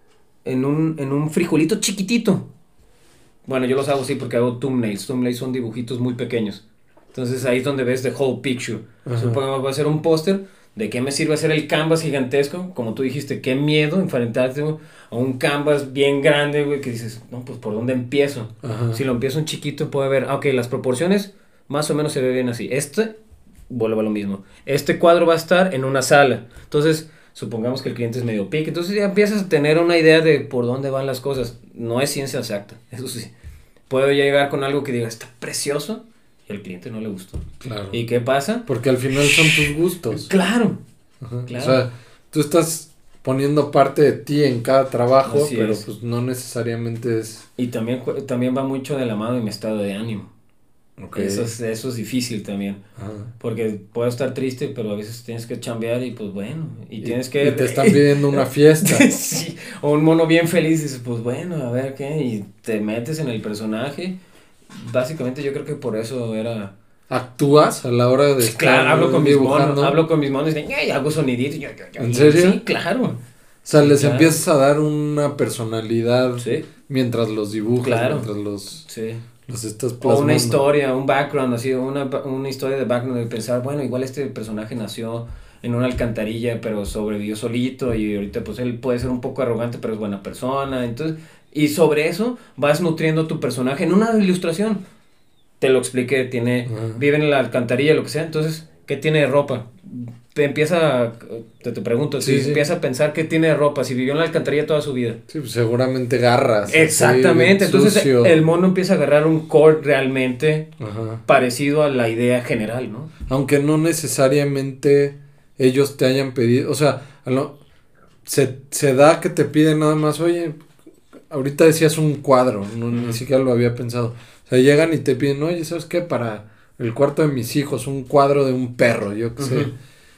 en un, en un frijolito chiquitito. Bueno, yo los hago así porque hago thumbnails. Thumbnails son dibujitos muy pequeños. Entonces ahí es donde ves the whole picture. Ajá. Supongamos voy a hacer un póster. ¿De qué me sirve hacer el canvas gigantesco? Como tú dijiste, qué miedo enfrentarte a un canvas bien grande, güey, que dices, no, pues ¿por dónde empiezo? Ajá. Si lo empiezo en chiquito, puedo ver, ah, ok, las proporciones más o menos se ve bien así. Este, vuelvo a lo mismo. Este cuadro va a estar en una sala. Entonces, supongamos que el cliente es medio pique. Entonces ya empiezas a tener una idea de por dónde van las cosas. No es ciencia exacta, eso sí. Puedo llegar con algo que diga, está precioso, y al cliente no le gustó. Claro. ¿Y qué pasa? Porque al final son tus gustos. Claro. Ajá. Claro. O sea, tú estás poniendo parte de ti en cada trabajo, Así pero es. pues no necesariamente es... Y también, ju- también va mucho de la mano de mi estado de ánimo. Ok. Eso es, eso es difícil también. Ajá. Porque puedo estar triste, pero a veces tienes que chambear y pues bueno. Y, Y- tienes que... y te están pidiendo una fiesta. Sí, o un mono bien feliz y dices, pues bueno, a ver qué. Y te metes en el personaje. Básicamente yo creo que por eso era... ¿Actúas a la hora de estar Claro, hablo con mis dibujando? monos, hablo con mis monos y dicen, "Ay, hago soniditos. Yo, yo, yo". ¿En serio? Sí, claro. O sea, les Claro. empiezas a dar una personalidad Sí, mientras los dibujas, Claro. mientras los, sí. los estás O plasmando. una historia, un background, así, una, una historia de background de pensar, bueno, igual este personaje nació en una alcantarilla, pero sobrevivió solito y ahorita pues él puede ser un poco arrogante, pero es buena persona. Entonces, y sobre eso vas nutriendo tu personaje en una ilustración. Te lo expliqué, tiene, Ajá. vive en la alcantarilla, lo que sea, entonces, ¿qué tiene de ropa? Te empieza, a- te, te pregunto, Sí, si sí. empieza a pensar qué tiene de ropa, si vivió en la alcantarilla toda su vida. Sí, pues seguramente garras. así, Exactamente, entonces sucio. el mono empieza a agarrar un core realmente Ajá. parecido a la idea general, ¿no? Aunque no necesariamente ellos te hayan pedido, o sea, a lo- se, se da que te piden nada más, oye, ahorita decías un cuadro, no, ni Ujú. siquiera lo había pensado. O sea, llegan y te piden, oye, ¿sabes qué? Para el cuarto de mis hijos, un cuadro de un perro, yo qué sé. Ujú.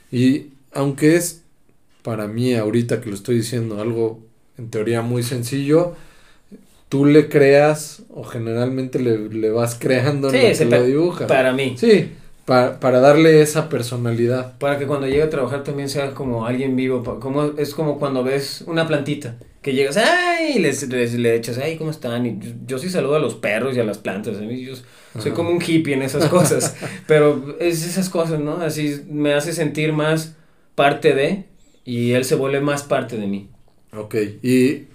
Y aunque es, para mí, ahorita que lo estoy diciendo, algo en teoría muy sencillo, tú le creas, o generalmente le, le vas creando Sí, en lo ese que pa- lo dibujas. Para mí, Sí, pa- para darle esa personalidad. para que cuando llegue a trabajar también sea como alguien vivo, pa- como, es como cuando ves una plantita, que llegas, ¡ay! Y les, les- le echas, ¡ay! ¿Cómo están? Y yo, yo sí saludo a los perros y a las plantas, a mí yo soy Ajá. como un hippie en esas cosas, pero es esas cosas, ¿no? Así me hace sentir más parte de, y él se vuelve más parte de mí. Ok, ¿y,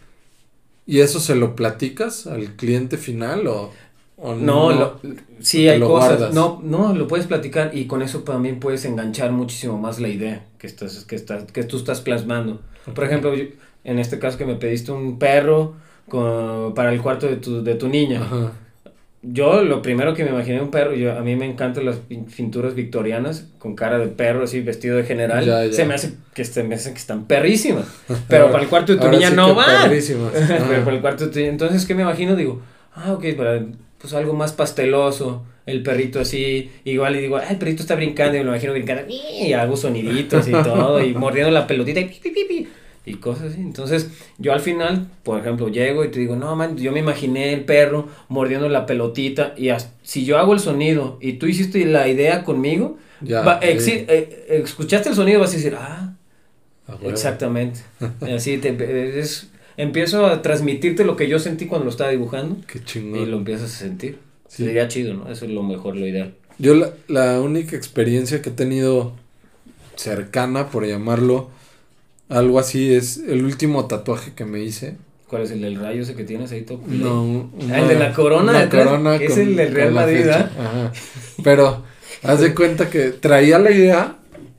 y eso se lo platicas al cliente final o, o No, lo- sí te hay lo cosas, guardas? no, no, lo puedes platicar y con eso también puedes enganchar muchísimo más la idea que estás, que estás, que tú estás plasmando. Por ejemplo, yo- en este caso que me pediste un perro con, para el cuarto de tu, de tu niña. Ajá. Yo lo primero que me imaginé un perro, yo, a mí me encantan las pin- pinturas victorianas con cara de perro, así vestido de general. Ya, ya. Se me hace que, se me hacen que están perrísimas. Pero para el cuarto de tu Ahora niña sí no que van. perrísimas. Pero Ajá. para el cuarto de tu niña. Entonces, ¿qué me imagino? Digo, ah, ok, para, pues algo más pasteloso. El perrito así, igual y digo, ah, el perrito está brincando, y me lo imagino brincando, y hago soniditos y todo, y mordiendo la pelotita y pi, pi, pi, pi, y cosas así. Entonces, yo al final, por ejemplo, llego y te digo, no, man, yo me imaginé el perro mordiendo la pelotita, y as- si yo hago el sonido y tú hiciste la idea conmigo, Ya, va, exi- eh, eh, escuchaste el sonido, vas a decir, ah, a huevo. exactamente. Así te, es, empiezo a transmitirte lo que yo sentí cuando lo estaba dibujando, Qué y chingón. lo empiezas a sentir. Sí. Sería chido, ¿no? Eso es lo mejor, lo ideal. Yo la, la única experiencia que he tenido cercana, por llamarlo, algo así, es el último tatuaje que me hice. ¿Cuál es el del rayo ese que tienes ahí todo? No, una, Ah, el de la corona una detrás, corona que es con- el del Real con la Madrid, fecha. ¿ah? Ajá. Pero haz de cuenta que traía la idea.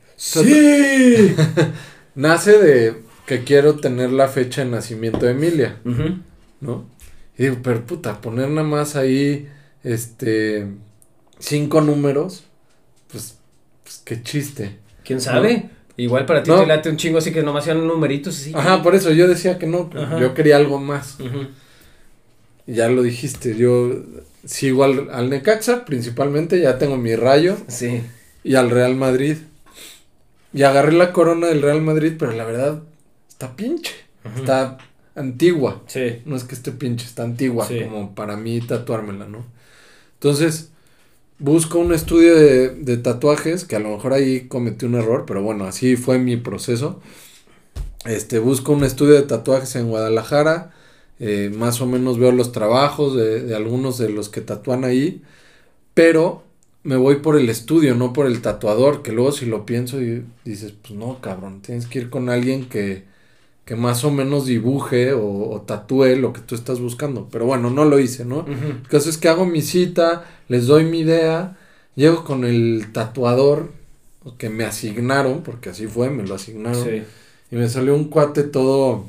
¡Sí! Nace de que quiero tener la fecha de nacimiento de Emilia, Ujú. ¿no? Y digo, pero puta, poner nada más ahí, este, cinco números, pues, pues qué chiste. ¿Quién sabe? Igual para ti No. te late un chingo así que nomás sean numeritos así. Ajá, por eso yo decía que no, Ajá. yo quería algo más. Ujú. Y ya lo dijiste, yo sigo al, al Necaxa principalmente, ya tengo mi rayo, Sí. y al Real Madrid. Y agarré la corona del Real Madrid, pero la verdad está pinche, Ujú. está antigua. Sí. No es que esté pinche, está antigua, Sí. como para mí tatuármela, ¿no? Entonces, busco un estudio de, de tatuajes, que a lo mejor ahí cometí un error, pero bueno, así fue mi proceso. Este, busco un estudio de tatuajes en Guadalajara, eh, más o menos veo los trabajos de, de algunos de los que tatúan ahí, pero me voy por el estudio, no por el tatuador, que luego si lo pienso y dices, pues no, cabrón, tienes que ir con alguien que, que más o menos dibuje o, o tatúe lo que tú estás buscando. Pero bueno, no lo hice, ¿no? Ujú. El caso es que hago mi cita, les doy mi idea, llego con el tatuador que me asignaron, porque así fue, me lo asignaron, Sí. y me salió un cuate todo,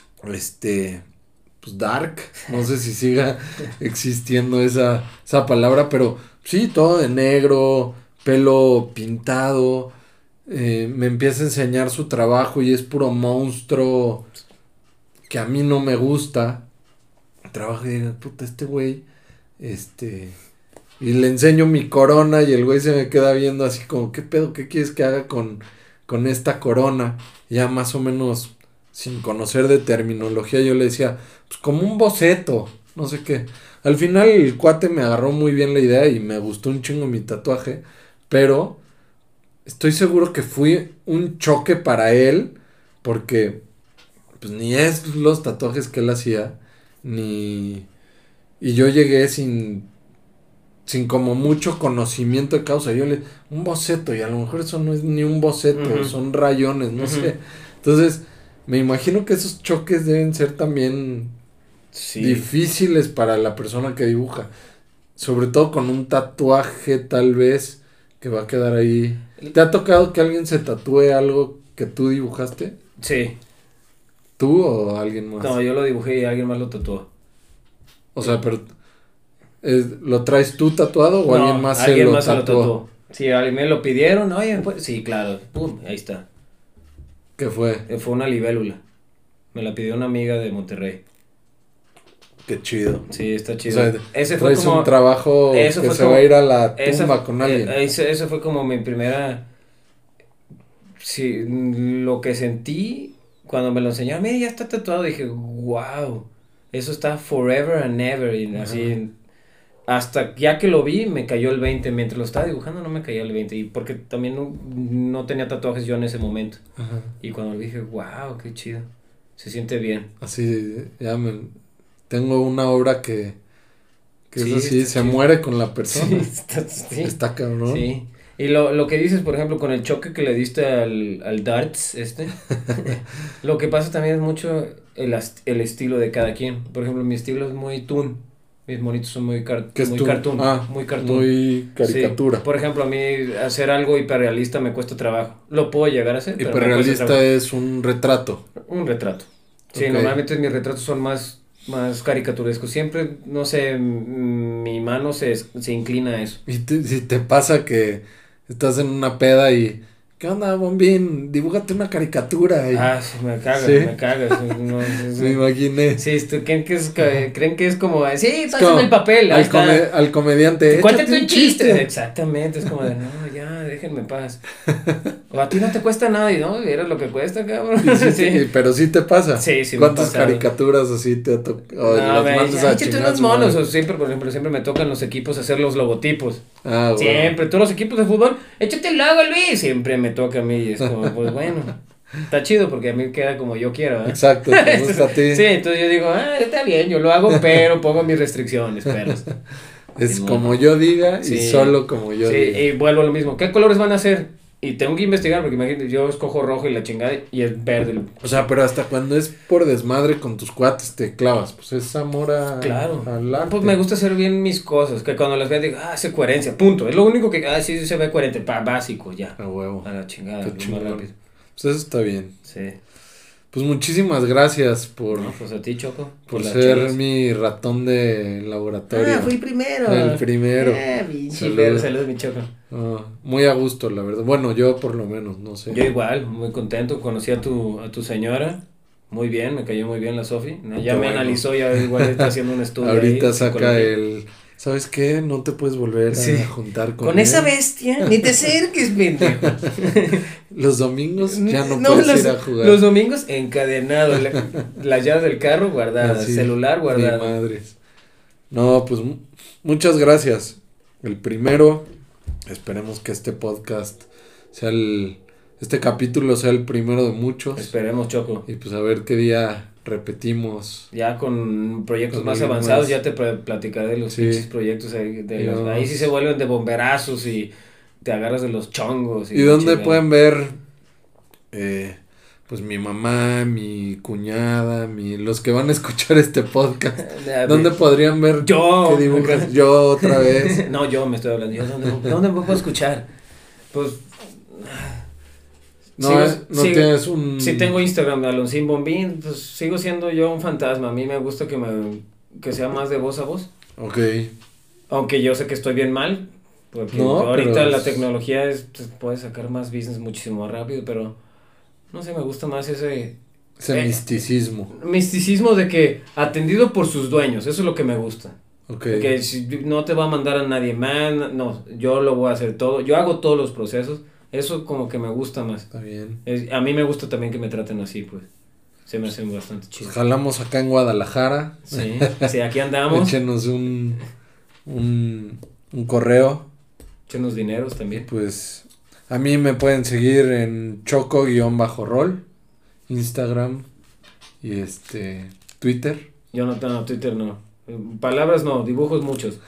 este, pues dark, no sé si siga existiendo esa, esa palabra, pero sí, todo de negro, pelo pintado, eh, me empieza a enseñar su trabajo y es puro monstruo que a mí no me gusta. Trabajo y digo, puta, este güey, este, y le enseño mi corona y el güey se me queda viendo así como, ¿qué pedo? ¿Qué quieres que haga con, con esta corona? Ya más o menos, sin conocer de terminología, yo le decía, pues como un boceto, no sé qué. Al final el cuate me agarró muy bien la idea y me gustó un chingo mi tatuaje, pero estoy seguro que fui un choque para él, porque pues ni es los tatuajes que él hacía, ni... Y yo llegué sin, sin como mucho conocimiento de causa. Yo le, un boceto, y a lo mejor eso no es ni un boceto, Ujú. son rayones, no Ujú. sé. Entonces, me imagino que esos choques deben ser también Sí. difíciles para la persona que dibuja. Sobre todo con un tatuaje, tal vez, que va a quedar ahí. ¿Te ha tocado que alguien se tatúe algo que tú dibujaste? Sí. ¿Tú o alguien más? No, yo lo dibujé y alguien más lo tatuó. O sea, pero ¿es- ¿lo traes tú tatuado o No, alguien más alguien se lo más se lo tatuó? tatuó. Sí, alguien me lo pidieron, oye, pues, sí, claro, pum, ahí está. ¿Qué fue? Eh, Fue una libélula. Me la pidió una amiga de Monterrey. Qué chido. Sí, está O chido. sea, ese fue traes como un trabajo eso que fue se como- va a ir a la esa tumba fu- con alguien. eh, ese, ese fue como mi primera. Sí, mm, lo que sentí cuando me lo enseñaron. Mira, ya está tatuado. Dije, wow, eso está forever and ever. Y así, Ajá. hasta ya que lo vi, me cayó el veinte. Mientras lo estaba dibujando, no me cayó el veinte. Y porque también no, no tenía tatuajes yo en ese momento. Ajá. Y cuando lo dije, wow, qué chido. Se siente bien. Así, ya me... Tengo una obra que... Que Sí, es así, está se chido. muere con la persona. Sí, está, sí. Está cabrón. Sí. Y lo, lo que dices, por ejemplo, con el choque que le diste al, al darts, este, lo que pasa también es mucho el, ast- el estilo de cada quien. Por ejemplo, mi estilo es muy toon. Mis monitos son muy, car ¿Qué es muy tú? cartoon. Ah, muy cartoon. muy caricatura. Sí. Por ejemplo, a mí hacer algo hiperrealista me cuesta trabajo. Lo puedo llegar a hacer, pero me cuesta Hiperrealista trabajo. es un retrato. Un retrato. Sí, Ok. normalmente mis retratos son más, más caricaturesco. Siempre, no sé, m- mi mano se, se inclina a eso. Y te- si te pasa que estás en una peda y, ¿qué onda, Bombín? Dibújate una caricatura. Y, Ah, sí, me cagas, sí, me cagas. No, es- me es- imaginé. sí, esto- creen que es, ca- creen que es como, sí, Es pásame como el papel, ahí al, come- está. al comediante, Cuéntate échate un un chiste. chiste. Exactamente, es como de, no, ya, déjenme en paz. O a ti no te cuesta nada, y no, eres lo que cuesta, cabrón. Y sí, Sí, sí, pero sí te pasa. sí, sí me ha ¿Cuántas pasado. caricaturas así te ha tocado? No, Las me mandas dice, a échate chingar a unos su monos. madre. O siempre, por ejemplo, siempre me tocan los equipos hacer los logotipos. Ah, bueno. Siempre, todos los equipos de fútbol, échate el logo, Luis. Siempre me toca a mí y es como, pues bueno, está chido porque a mí queda como yo quiero, ¿eh? Exacto, te gusta a ti. Sí, entonces yo digo, ah, está bien, yo lo hago, pero pongo mis restricciones, pero. Es Sí, como no. yo diga y Sí. solo como yo Sí, diga. y vuelvo a lo mismo. ¿Qué colores van a ser? Y tengo que investigar porque imagínate, yo escojo rojo y la chingada y es verde. O sea, pero hasta cuando es por desmadre con tus cuates te clavas, pues es amor a, Claro. al arte. Pues me gusta hacer bien mis cosas, que cuando las vea digo, ah, hace coherencia, punto. Es lo único que, ah, sí, se ve coherente, pa, básico, ya. A huevo. A la chingada, Qué lo más chingón. rápido. Pues eso está bien. Sí. Pues muchísimas gracias por, No, pues a ti, Choco. por las ser chelas. mi ratón de laboratorio. Ah, fui el primero. El primero. Ah, pinche Saludos. perro, saludos, mi Choco. Ah, muy a gusto, la verdad. Bueno, yo por lo menos, no sé. Yo igual, muy contento. Conocí a tu, a tu señora. Muy bien, me cayó muy bien la Sofi. Ya Qué me bueno. analizó, ya igual está haciendo un estudio. Ahorita ahí, saca psicología. el... ¿Sabes qué? No te puedes volver Sí. a juntar con Con él. esa bestia, ni te acerques, pendejo. Los domingos ya no, No, puedes los, ir a jugar. los domingos encadenado, la- las llaves del carro guardadas, Así, celular ni guardado. madres. No, pues mu- muchas gracias. El primero, esperemos que este podcast sea el... Este capítulo sea el primero de muchos. Esperemos, Choco. Y pues a ver qué día repetimos. Ya con proyectos Con más alguien avanzados, más. ya te pl- platicaré de los Sí. pinches proyectos ahí. De Y los- vamos. ahí sí se vuelven de bomberazos y te agarras de los chongos. ¿Y la dónde chingada. pueden ver? Eh, pues mi mamá, mi cuñada, mi los que van a escuchar este podcast. A ¿Dónde ver, podrían ver Yo. qué dibujas? Yo otra vez. No, yo me estoy hablando. Yo, ¿dónde, ¿Dónde me puedo escuchar? Pues. No, sigo- eh, no sigo- tienes un... Si tengo Instagram de Aloncín Bombín, pues sigo siendo yo un fantasma. A mí me gusta que me que sea más de voz a voz. Ok. Aunque yo sé que estoy bien mal. Porque No, ahorita pero la es- tecnología es, pues, puede sacar más business muchísimo más rápido, pero no sé, me gusta más ese Ese eh, misticismo. misticismo de que atendido por sus dueños, eso es lo que me gusta. Ok. Que si no te va a mandar a nadie más, no, yo lo voy a hacer todo, yo hago todos los procesos, eso como que me gusta más. Está bien. Es- a mí me gusta también que me traten así, pues, se me hacen bastante Pues chido. jalamos acá en Guadalajara. Sí, sí, aquí andamos, Échenos un, un, un correo. echenos dineros también. Pues a mí me pueden seguir en choco-rol, Instagram y este Twitter. Yo no tengo Twitter, no. Palabras no, dibujos muchos.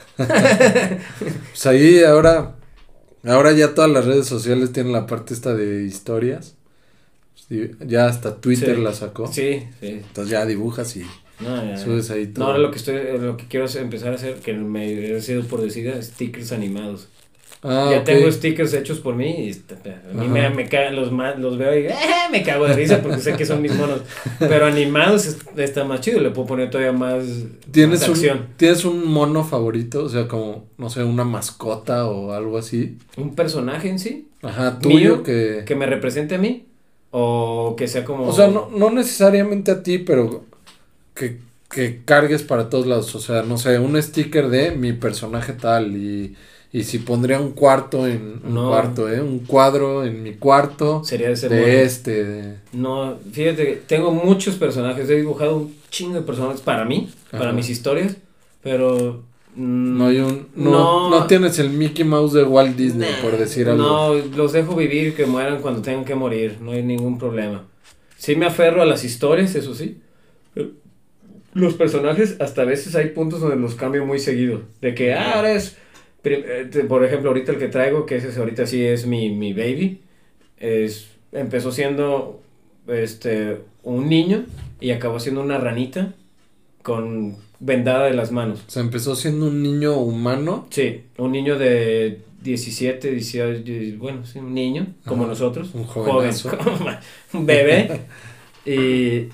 Pues ahí ahora, ahora ya todas las redes sociales tienen la parte esta de historias. Sí, ya hasta Twitter Sí. la sacó. Sí, sí. Entonces ya dibujas y No, ya, ya. subes ahí todo. No, ahora lo que estoy, lo que quiero hacer- empezar a hacer, que me he sido por decida, stickers animados. Ah, ya ok. tengo stickers hechos por mí y está- a mí me, Ajá. me cagan los ma- los veo y ¡eh! Me cago de risa porque sé que son mis monos. Pero animados es- está más chido, le puedo poner todavía más, ¿Tienes más un, acción. ¿Tienes un mono favorito? O sea, como, no sé, una mascota o algo así. Un personaje en sí, Ajá, tuyo Mío, que... que me represente a mí, o que sea como... O sea, no, no necesariamente a ti, pero que, que cargues para todos lados. O sea, no sé, un sticker de mi personaje tal y... Y si pondría un cuarto en un No. cuarto, ¿eh? Un cuadro en mi cuarto Sería de ser de mono. este. De... No, fíjate, tengo muchos personajes, he dibujado un chingo de personajes para mí, para Ajá. mis historias, pero... mm, No hay un... No, no. no tienes el Mickey Mouse de Walt Disney, Nah, por decir algo. No, los dejo vivir, que mueran cuando tengan que morir, no hay ningún problema. Sí me aferro a las historias, eso sí. pero Los personajes, hasta a veces hay puntos donde los cambio muy seguido. De que, ah, ahora es... prim- eh, te- Por ejemplo, ahorita el que traigo, que ese ahorita sí es mi, mi baby, es, empezó siendo este un niño y acabó siendo una ranita con vendada de las manos. O sea, empezó siendo un niño humano. Sí, un niño de diecisiete, dieciocho, bueno, sí, un niño, como Ajá, nosotros. un joven, jovenazo. un bebé. y,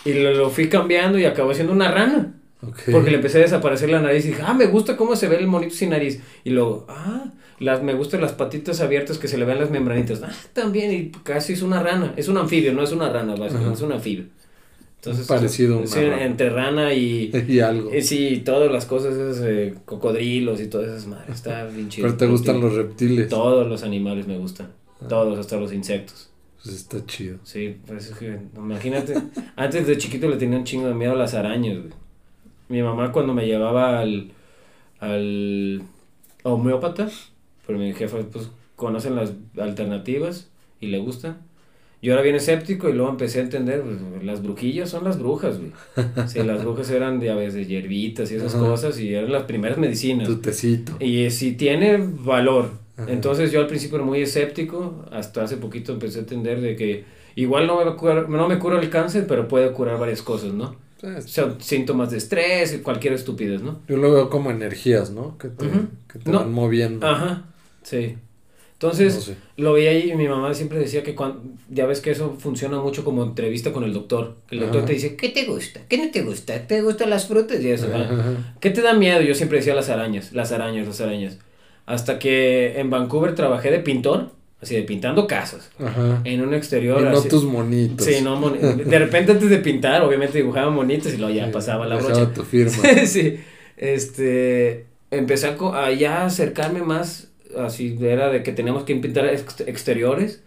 Y lo, lo fui cambiando y acabó siendo una rana. Okay. Porque le empecé a desaparecer la nariz y dije, ah, me gusta cómo se ve el monito sin nariz. Y luego, ah, las, me gustan las patitas abiertas que se le ven las membranitas. Ah, también, y casi es una rana. Es un anfibio, no es una rana, básicamente, Ajá. es un anfibio. Entonces, parecido a una sí, rana. entre rana y... Y algo. Eh, sí, todas las cosas, esas, eh, cocodrilos y todas esas madres. Está bien chido. Pero te gustan los reptiles. Todos los animales me gustan. Ah. Todos, hasta los insectos. Pues está chido. Sí, pues es que, imagínate, antes de chiquito le tenía un chingo de miedo a las arañas, güey. Mi mamá cuando me llevaba al, al homeópata, pero mi jefa, pues, conocen las alternativas y le gusta. Yo era bien escéptico y luego empecé a entender, pues, las brujillas son las brujas, güey. Sí, las brujas eran de a veces hierbitas y esas Ajá. cosas y eran las primeras medicinas. Tu tecito. Y si tiene valor. Ajá. Entonces yo al principio era muy escéptico, hasta hace poquito empecé a entender de que igual no me, va a curar, no me cura el cáncer, pero puede curar varias cosas, ¿no? O sea, síntomas de estrés, cualquier estupidez, ¿no? Yo lo veo como energías, ¿no? Que te, Ujú. que te No. van moviendo. Ajá, sí. Entonces, No sé. lo veía ahí y mi mamá siempre decía que cuando, ya ves que eso funciona mucho como entrevista con el doctor. Que el doctor Ajá. te dice, ¿qué te gusta? ¿Qué no te gusta? ¿Te gustan las frutas? Y eso, ¿verdad? Ajá. ¿Qué te da miedo? Yo siempre decía las arañas, las arañas, las arañas. Hasta que en Vancouver trabajé de pintor, así de pintando casas, Ajá. en un exterior. Y no así. tus monitos. Sí, no, moni- de repente antes de pintar, obviamente dibujaba monitos y luego ya Sí, pasaba la dejaba brocha. tu firma. Sí, este, empecé a, co- a ya acercarme más, así era de que teníamos que pintar ex- exteriores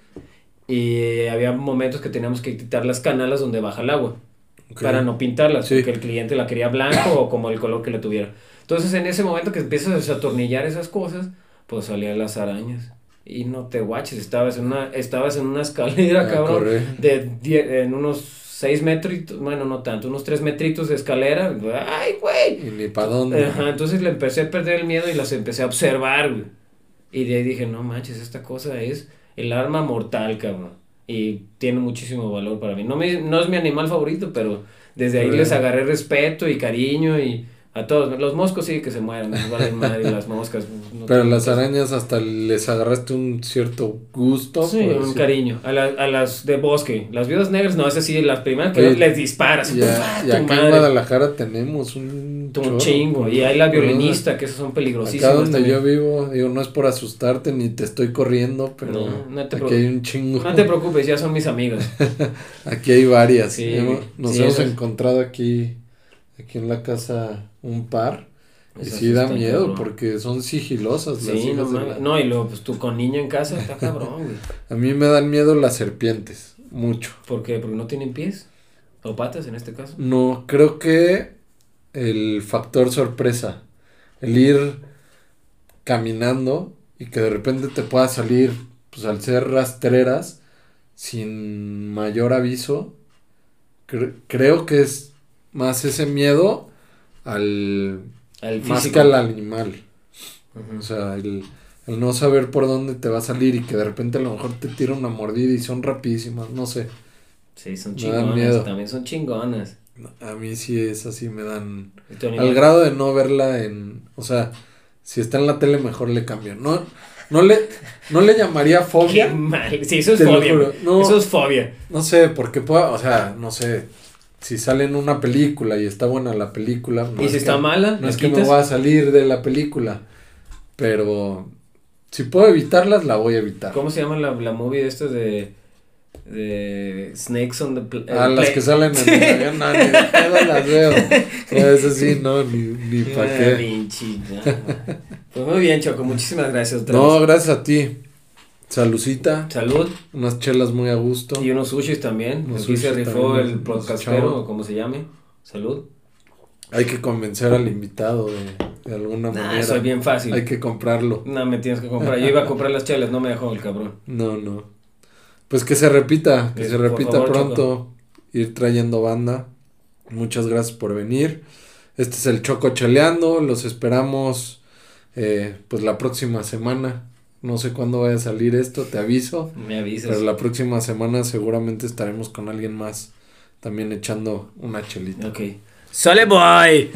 y había momentos que teníamos que quitar las canalas donde baja el agua. Ok. Para no pintarlas, Sí. porque el cliente la quería blanco o como el color que le tuviera. Entonces en ese momento que empiezas a desatornillar esas cosas, pues salían las arañas. Y no te guaches, estabas en una, estabas en una escalera, A cabrón, correr. de die- en unos seis metritos, bueno, no tanto, unos tres metritos de escalera. ¡Ay, güey! Y ni para dónde. Ajá, entonces le empecé a perder el miedo y las empecé a observar, güey. Y de ahí dije, no manches, esta cosa es el arma mortal, cabrón. Y tiene muchísimo valor para mí. No, me, no es mi animal favorito, pero desde ahí Pero- les agarré respeto y cariño y a todos. Los moscos sí que se mueran, les vale madre, y las moscas. No Pero tengo las caso. arañas hasta les agarraste un cierto gusto. Sí, por un decir. cariño. A, la- a las de bosque. Las viudas negras, no, esas sí, las primeras que Oye, les disparas. Y, a- y tu acá en madre. Guadalajara tenemos un Un chorro. chingo. Y hay la Pero violinista, que esas son peligrosísimas. Acá donde también. yo vivo, digo, no es por asustarte ni te estoy corriendo, pero No, no te aquí preocupes. hay un chingo. No te preocupes, ya son mis amigos. Aquí hay varias. Sí, Hemos- Nos sí, hemos esas- encontrado aquí, aquí en la casa un par. Y Esas sí da están miedo cabrón. porque son sigilosas las Sí, no hijas de mames. la- No, y luego, pues tú con niño en casa, está cabrón, güey. A mí me dan miedo las serpientes, mucho. ¿Por qué? Porque no tienen pies. O patas en este caso. No, creo que el factor sorpresa, el ir caminando y que de repente te pueda salir, pues al ser rastreras, sin mayor aviso, cre- creo que es más ese miedo al Al más físico. que al animal. Ujú. O sea, el, el no saber por dónde te va a salir y que de repente a lo mejor te tira una mordida y son rapidísimas, no sé. Sí, son Me dan chingonas. miedo. También son chingonas. A mí sí es así, me dan... ¿Y tu animal? Al grado de no verla en... O sea, si está en la tele mejor le cambio. No, no, le, no le llamaría Qué fobia. mal. Sí, eso es Te lo fobia. juro. güey. No. Eso es fobia. No sé, porque pueda... O sea, no sé. Si sale en una película y está buena la película... No y es si que- está mala, No ¿la es que me quitas? voy a salir de la película. Pero... Si puedo evitarlas, la voy a evitar. ¿Cómo se llama la, la movie de estas de... de Snakes on the Pl- Ah, eh, las Play- que salen en el avión, no, ni de pedo las veo. Eso sí, no, ni, ni para Ah, qué. pinche, no, man. Pues muy bien, Choco, muchísimas gracias otra No, vez. gracias a ti. Salucita, Salud unas chelas muy a gusto. y unos sushis también. Unos Aquí se sushis rifó también, el nos podcastero echamos. o como se llame. Salud. Hay que convencer al invitado de, de alguna Nah, manera. eso es bien fácil. Hay que comprarlo. No, me tienes que comprar. Yo iba a comprar las chelas, no me dejó el cabrón. No, no. Pues que se repita, que Que se por repita favor, pronto. Ir trayendo banda. Muchas gracias por venir. Este es el Choco Chaleando. Los esperamos eh, pues la próxima semana. No sé cuándo vaya a salir esto, te aviso. Me avisas. Pero la próxima semana seguramente estaremos con alguien más también echando una chelita. Ok. ¡Sale, boy!